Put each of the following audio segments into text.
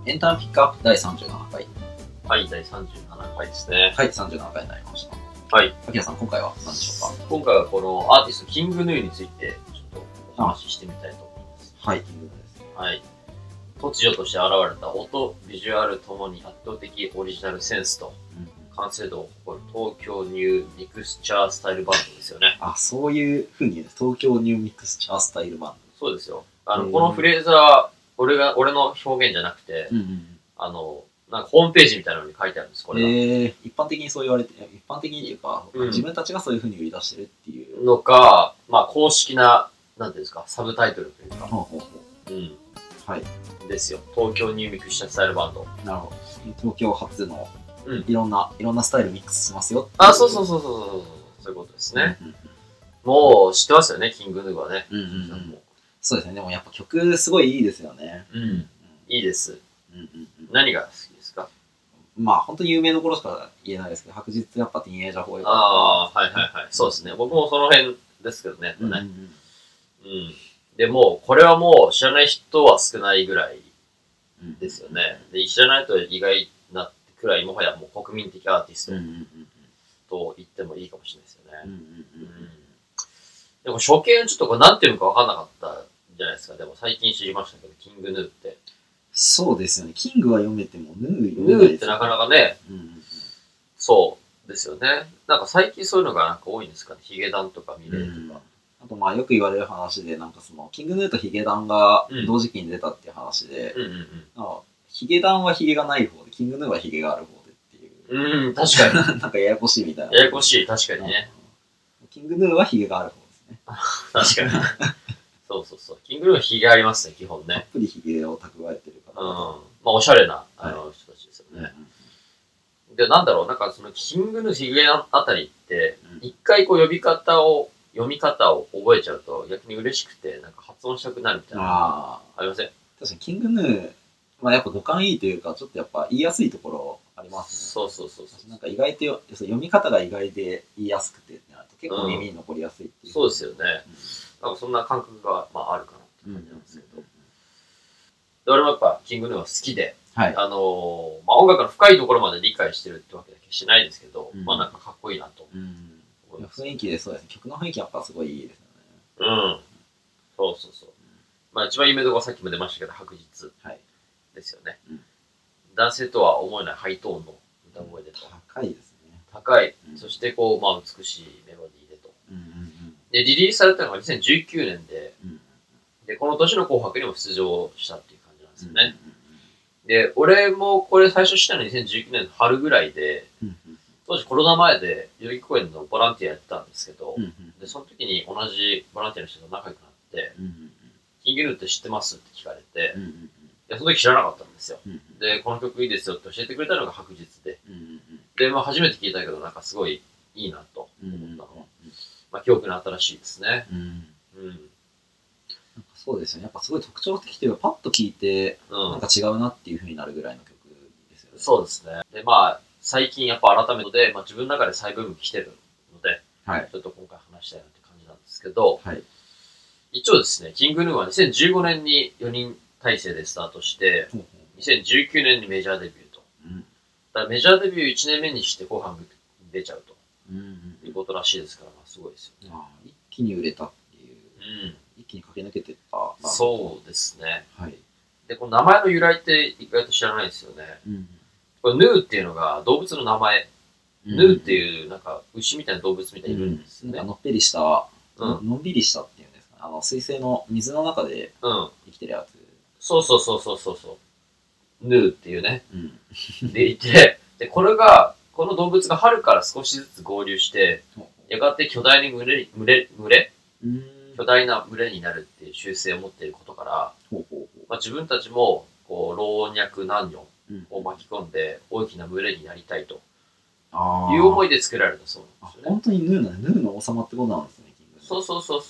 エンタメピックアップ第37回。 はい、第37回ですね。 はい、37回になりました。 はい。 アキラさん、今回は何でしょうか？ 今回はこのアーティスト、キングヌーについて、ちょっとお話ししてみたいと思います。 はい、キングヌーです。 はい。突如として現れた音、ビジュアルともに圧倒的オリジナルセンスと、完成度を誇る東京ニューミクスチャースタイルバンドですよね。 あ、そういう風に言うんです。東京ニューミクスチャースタイルバンド。 そうですよ。このフレーズは、俺の表現じゃなくて、なんかホームページみたいなのに書いてあるんです、これは。 一般的にそう言われて、一般的にっていうか、自分たちがそういう風に売り出してるっていうのか、まあ公式な、なんていうんですか、サブタイトルというか。 はい。 ですよ。東京ニューミクスチャースタイルバンド。 なるほど。東京初のいろんなスタイルミックスしますよ。 あ、そういうことですね。もう知ってますよね、キングヌーはね。 そうですね。でもやっぱ曲すごいいいですよね。 いいです。何が好きですか？ まあ本当に有名どころしか言えないですけど、白日やっぱティーンエイジャーフォーエバー。 はい。そうですね。僕もその辺ですけどね。でも、これはもう知らない人は少ないぐらいですよね。で、知らないと意外なくらい、もはやもう国民的アーティストと言ってもいいかもしれないですよね。でも初見ちょっとこれ何ていうのか分かんなかったじゃないですか。でも最近知りましたけど、キングヌーって。 そうですよね。キングは読めても、ヌー読めない。ヌーってなかなかね、そうですよね。なんか最近そういうのがなんか多いんですかね。ヒゲダンとかミレイとか。 あとまあよく言われる話で、なんかその、キングヌーとヒゲダンが同時期に出たっていう話で、ヒゲダンはヒゲがない方で、キングヌーはヒゲがある方でっていう。 確かに。 なんかややこしいみたいな。 ややこしい、確かにね。 キングヌーはヒゲがある方ですね。 確かに。そう。キングヌーはヒゲありますね、基本ね。 たっぷりヒゲを蓄えてるから。 まあ、おしゃれな人たちですよね。で、なんだろう、なんかそのキングヌー、ヒゲあたりって、一回こう読み方を覚えちゃうと逆に嬉しくて、なんか発音したくなるみたいな。ありません？ 確かにキングヌー、まあやっぱ語感いいというか、ちょっとやっぱ言いやすいところありますね。 そう。 なんか意外と、読み方が意外で言いやすくてってなると結構耳に残りやすいっていう。 そうですよね。なんかそんな感覚が、まあ、あるかなって感じなんですけど。で、俺もやっぱキングヌーは好きで、まあ音楽の深いところまで理解してるってわけだけしないですけど、まあなんかかっこいいなと。 雰囲気でそうですね。曲の雰囲気やっぱすごいいいですよね。そう。まあ一番有名なところさっきも出ましたけど、白日ですよね。男性とは思えないハイトーンの歌声でと。 高いですね。 高い。そしてこう、まあ美しいメロディーでと。で、リリースされたのが2019年で、で、この年の紅白にも出場したっていう感じなんですよね。で、俺もこれ最初知ったの2019年の春ぐらいで、当時コロナ前で代々木公園のボランティアやってたんですけど、で、その時に同じボランティアの人と仲良くなって、キングヌーって知ってますって聞かれて、で、その時知らなかったんですよ。で、この曲いいですよって教えてくれたのが白日で、で、まあ初めて聞いたけど、なんかすごいいいなと思ったのは、まあ記憶の新しいですね。 そうですよね。やっぱすごい特徴的というか、パッと聞いて、なんか違うなっていう風になるぐらいの曲ですよね。 そうですね。で、まあ、最近やっぱ改めて、まあ自分の中で再ブーム来てるので、ちょっと今回話したいなって感じなんですけど、一応ですね、キングヌーは2015年に4人体制でスタートして、2019年にメジャーデビューと。だからメジャーデビュー1年目にして後半出ちゃうと。いうことらしいですから、まあすごいですよね。 一気に売れたっていう。一気に駆け抜けてった。 そうですね。で、この名前の由来って意外と知らないですよね。これヌーっていうのが動物の名前。ヌーっていうなんか牛みたいな動物みたいにいるんですよね。 のっぺりした、のんびりしたっていうんですかね。水生の水の中で生きてるやつ。 そう。ヌーっていうね。でいて、で、この動物が春から少しずつ合流して、やがて巨大な群れになるっていう習性を持っていることから、まあ、自分たちもこう老若男女を巻き込んで大きな群れになりたいという思いで作られたそうなんですよね。 本当にヌーの王様ってことなんですね。 そう。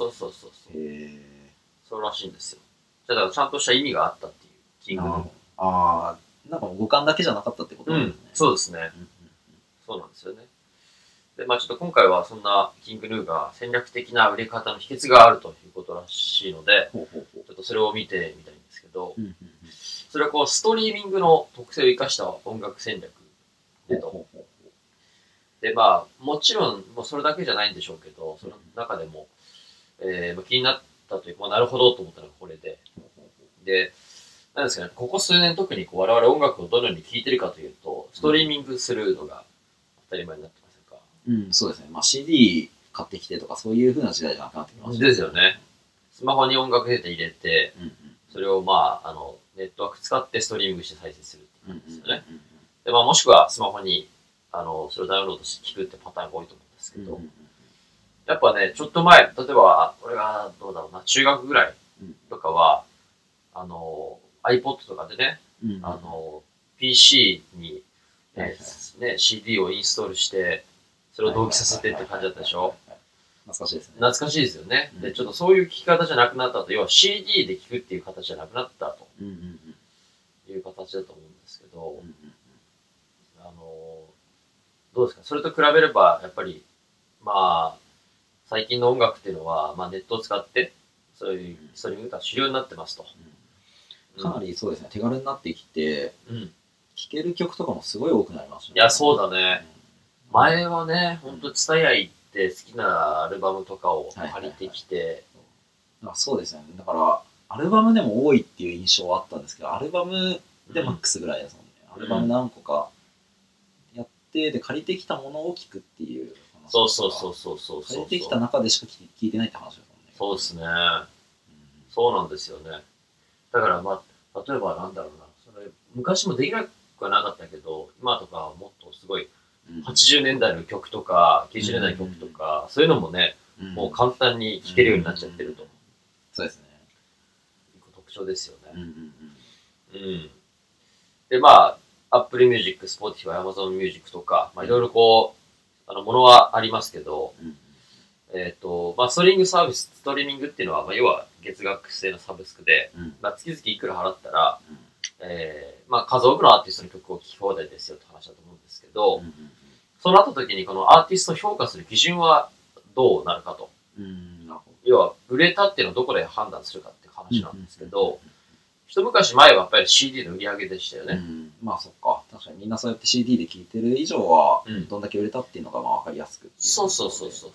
そうらしいんですよ。だからちゃんとした意味があったっていうキングヌー。 なんか五感だけじゃなかったってことなんですね。 そうですね。そうなんですよね。で、まあちょっと今回はそんなキングヌーが戦略的な売れ方の秘訣があるということらしいので、ちょっとそれを見てみたいんですけど、 それはこう、ストリーミングの特性を生かした音楽戦略でと。で、まあ、もちろん、もうそれだけじゃないんでしょうけど、その中でも、気になったというか、まあ、なるほどと思ったのがこれで。で、なんですかね、ここ数年特にこう我々音楽をどのように聴いてるかというと、ストリーミングするのが当たり前になってませんか？ うん、そうですね。まあ CD 買ってきてとかそういう風な時代じゃなくなってきましたですよね。スマホに音楽データ入れて、それをまあ、ネットワーク使ってストリーミングして再生するっていう感じですよね。で、まあもしくはスマホに、それをダウンロードして聴くってパターンが多いと思うんですけど、やっぱね、ちょっと前、例えば、俺がどうだろうな、中学ぐらいとかは、iPod とかでね、PC に、CD をインストールして、それを同期させてって感じだったでしょ？ 懐かしいですね。 懐かしいですよね。で、ちょっとそういう聴き方じゃなくなったと、要は CD で聴くっていう形じゃなくなったという形だと思うんですけど、どうですか？それと比べれば、やっぱり、まあ、最近の音楽っていうのは、まあ、ネットを使って、そういうストリーミングが主流になってますと。 かなりそうですね、手軽になってきて、聴ける曲とかもすごい多くなりましたね。 いや、そうだね。前はね、ほんと、TSUTAYA行って好きなアルバムとかを借りてきて。 そうですね。だから、アルバムでも多いっていう印象はあったんですけど、アルバムでマックスぐらいですもんね。アルバム何個かやって、で、借りてきたものを聴くっていう。 そうそうそうそうそう。 借りてきた中でしか聴いてないって話ですもんね。 そうですね。そうなんですよね。だからまあ、例えばなんだろうな。それ昔もできなくはなかったけど、今とかはもっとすごい、80年代の曲とか、90年代の曲とか、そういうのもね、もう簡単に聴けるようになっちゃってると。 そうですね。 特徴ですよね。で、まあ、Apple Music、Spotify、Amazon Music とか、まあいろいろこう、ものはありますけど、まあ、ストリーミングっていうのは、まあ、要は月額制のサブスクで、まあ、月々いくら払ったら、まあ、数多くのアーティストの曲を聴き放題ですよって話だと思うんですけど、そうなった時にこのアーティストを評価する基準はどうなるかと。要は、売れたっていうのをどこで判断するかっていう話なんですけど、一昔前はやっぱり CD の売り上げでしたよね。 まあそっか。確かにみんなそうやって CD で聴いてる以上は、どんだけ売れたっていうのがまあ分かりやすく。 そうそうそうそう。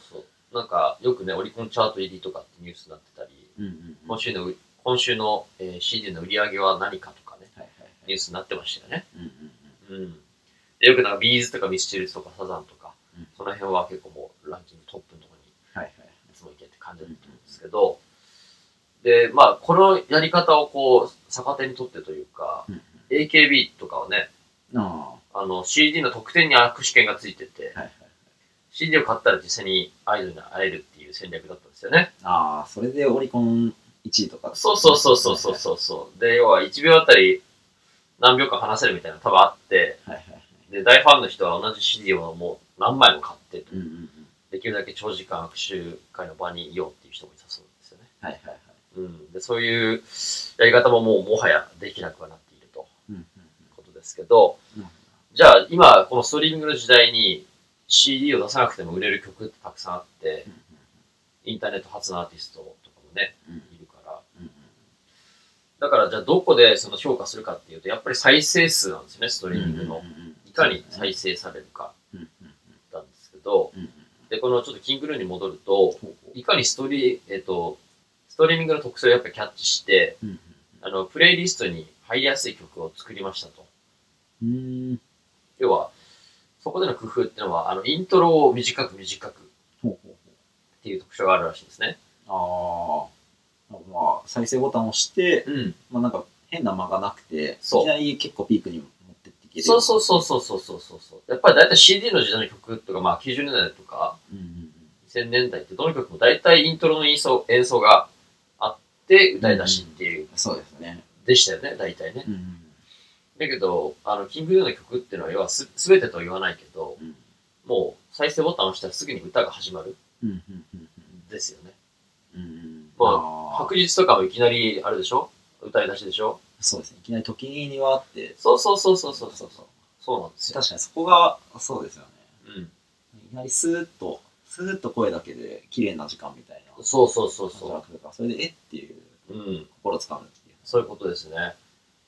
なんか、よくね、オリコンチャート入りとかってニュースになってたり、今週の、CD の売り上げは何かとかね、ニュースになってましたよね。でよくなんかビーズとかミスチルとかサザンとか、その辺は結構もうランキングトップのところにいつもいけって感じだと思うんですけど、で、まあ、このやり方をこう、逆手にとってというか、AKB とかはね、CD の特典に握手券がついてて、CD を買ったら実際にアイドルに会えるっていう戦略だったんですよね。 それでオリコン1位とか。 そうそう。で、要は1秒あたり何秒間話せるみたいなの多分あって、で、大ファンの人は同じ CD をもう何枚も買って、できるだけ長時間握手会の場にいようっていう人もいたそうですよね。でそういうやり方ももはやできなくはなっているということですけど、じゃあ今このストリーミングの時代に CD を出さなくても売れる曲ってたくさんあって、インターネット発のアーティストとかもね、いるから、だからじゃあどこでその評価するかっていうと、やっぱり再生数なんですよね、ストリーミングの。いかに再生されるかなんですけど、で、このちょっとキングルーに戻ると、いかにストリーミングの特性をやっぱりキャッチして、プレイリストに入りやすい曲を作りましたと。要は、そこでの工夫っていうのは、イントロを短くっていう特徴があるらしいんですね。 まあ、再生ボタンを押して、まあなんか変な間がなくて、いきなり結構ピークに持ってっていける。 そう。やっぱり大体 CD の時代の曲とか、まあ90年代とか、2000年代ってどの曲も大体イントロの演奏があって歌い出しっていう。 そうですね。 でしたよね、大体ね。だけど、キングヌーの曲っていうのは、要はすべてとは言わないけど、もう再生ボタンを押したらすぐに歌が始まる。ですよね。まあ、白日とかもいきなりあるでしょ？歌い出しでしょ？ そうですね。いきなり時にはあって。 そうなんですよ。 確かにそこが、そうですよね。いきなりスーッと声だけで綺麗な時間みたいな。 そう。 それで、っていう、心つかむっていう。 そういうことですね。 確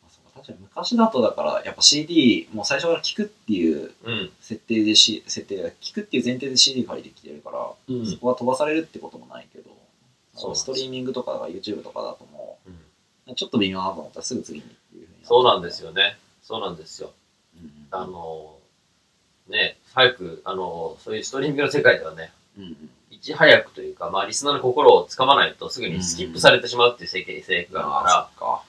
確かに昔だとだからやっぱ CD もう最初から聴くっていう設定で、聴くっていう前提で CD 借りてきてるから、そこは飛ばされるってこともないけど、ストリーミングとか YouTube とかだともう、ちょっと微妙なと思ったらすぐ次にっていうふうに。 そうなんですよね。そうなんですよ。ね、早く、そういうストリーミングの世界ではね、いち早くというか、まあ、リスナーの心をつかまないとすぐにスキップされてしまうっていう性格があるから、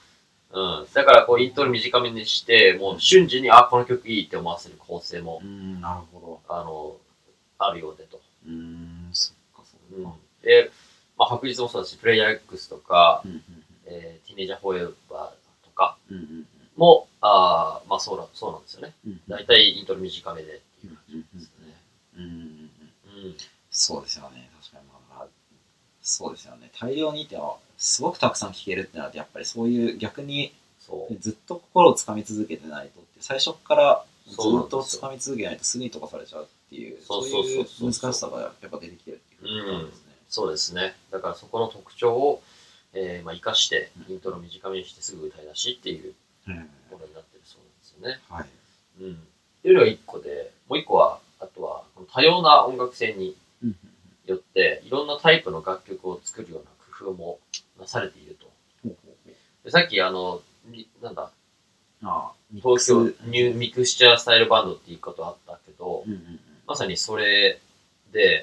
だからこう、イントロ短めにして、もう瞬時に、あ、この曲いいって思わせる構成も、 なるほど。 あるようでと。 そっか、そっか。 で、まあ、白日もそうだし、プレイヤー X とか、ティーネイジャーフォーエバーとかも、まあそうなんですよね。大体イントロ短めでっていう感じですね。 そうですよね。確かにまあ、そうですよね。大量にってすごくたくさん聴けるってなると、やっぱりそういう逆にずっと心をつかみ続けてないとって、最初からずっとつかみ続けないとすぐに飛ばされちゃうっていう、そういう難しさがやっぱ出てきてるっていうことですね。 そうですね。だからそこの特徴をまあ生かしてイントロ短めにしてすぐ歌い出しっていうものになってるそうなんですよね。 はい。 っていうのが一個で、もう一個は、あとは多様な音楽性によっていろんなタイプの楽曲を作るような工夫もなされていると。でさっきなんだ、東京ニューミクスチャースタイルバンドって言い方あったけど、まさにそれで、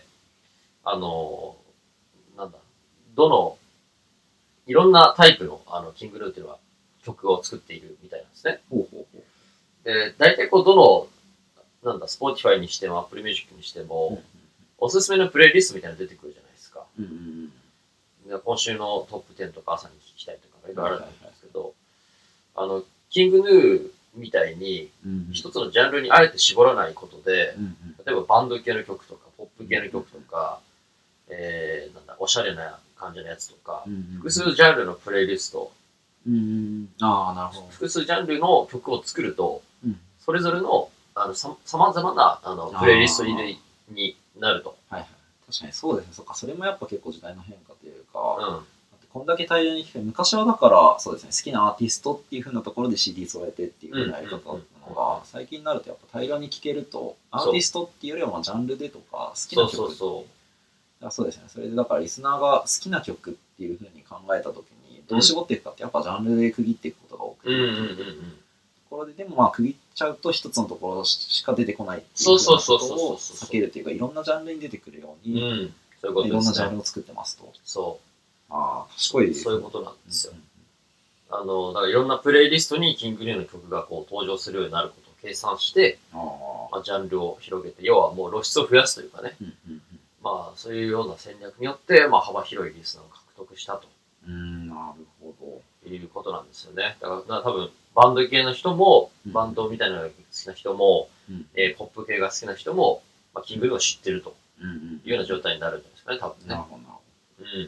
なんだ、いろんなタイプのキングヌーっていうのは曲を作っているみたいなんですね。で、大体こうなんだ、Spotify にしても Apple Music にしても、おすすめのプレイリストみたいなの出てくるじゃないですか。今週のトップ10とか朝に聞きたいとかいろいろあるんですけど、キングヌーみたいに一つのジャンルにあえて絞らないことで、例えばバンド系の曲とか、ポップ系の曲とか、なんだ、おしゃれな感じのやつとか、複数ジャンルのプレイリスト、 なるほど。 複数ジャンルの曲を作ると、それぞれのさまざまなプレイリストになると。 はいはい。確かにそうですね。そっか、それもやっぱ結構時代の変化というか、こんだけ大量に聞く、昔はだからそうですね、好きなアーティストっていう風なところで CD 揃えてっていう風なやり方だったのが、最近になるとやっぱ大量に聴けると、アーティストっていうよりはまあジャンルでとか好きな曲ってそうですね。それでだからリスナーが好きな曲っていう風に考えた時にどう絞っていくかってやっぱジャンルで区切っていくことが多くて、ところででもまあ区切っちゃうと一つのところしか出てこないっていうことを避けるというか、いろんなジャンルに出てくるように、いろんなジャンルを作ってますと。 そう。 賢いですね。 そういうことなんですよ。だからいろんなプレイリストにキングヌーの曲がこう登場するようになることを計算して、ジャンルを広げて、要はもう露出を増やすというかね、まあそういうような戦略によって、まあ幅広いリスナーを獲得したと。 なるほど。 いうことなんですよね。だから多分バンド系の人も、バンドみたいなのが好きな人も、ポップ系が好きな人も、まあ、キングヌーを知ってるというような状態になるんじゃないですかね、多分ね。 なるほど。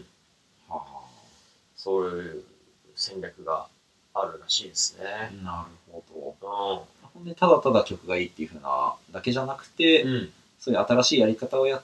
そういう戦略があるらしいですね。 なるほど。ほんでただただ曲がいいっていう風なだけじゃなくて、そういう新しいやり方をやって、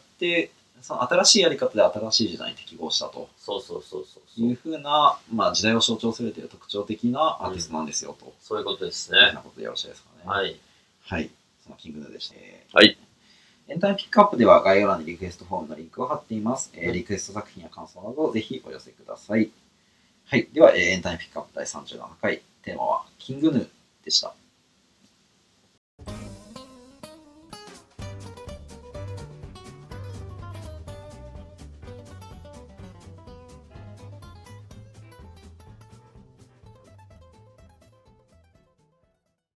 その新しいやり方で新しい時代に適合したという風な、まあ、時代を象徴するという特徴的なアーティストなんですよと。 そういうことですね。 そんなことでよろしいですかね。 はい。 はい。そのキングヌーでした。 はい。 エンタメピックアップでは概要欄にリクエストフォームのリンクを貼っています。リクエスト作品や感想などをぜひお寄せください。はい。では、エンタメピックアップ第37回テーマはキングヌーでした。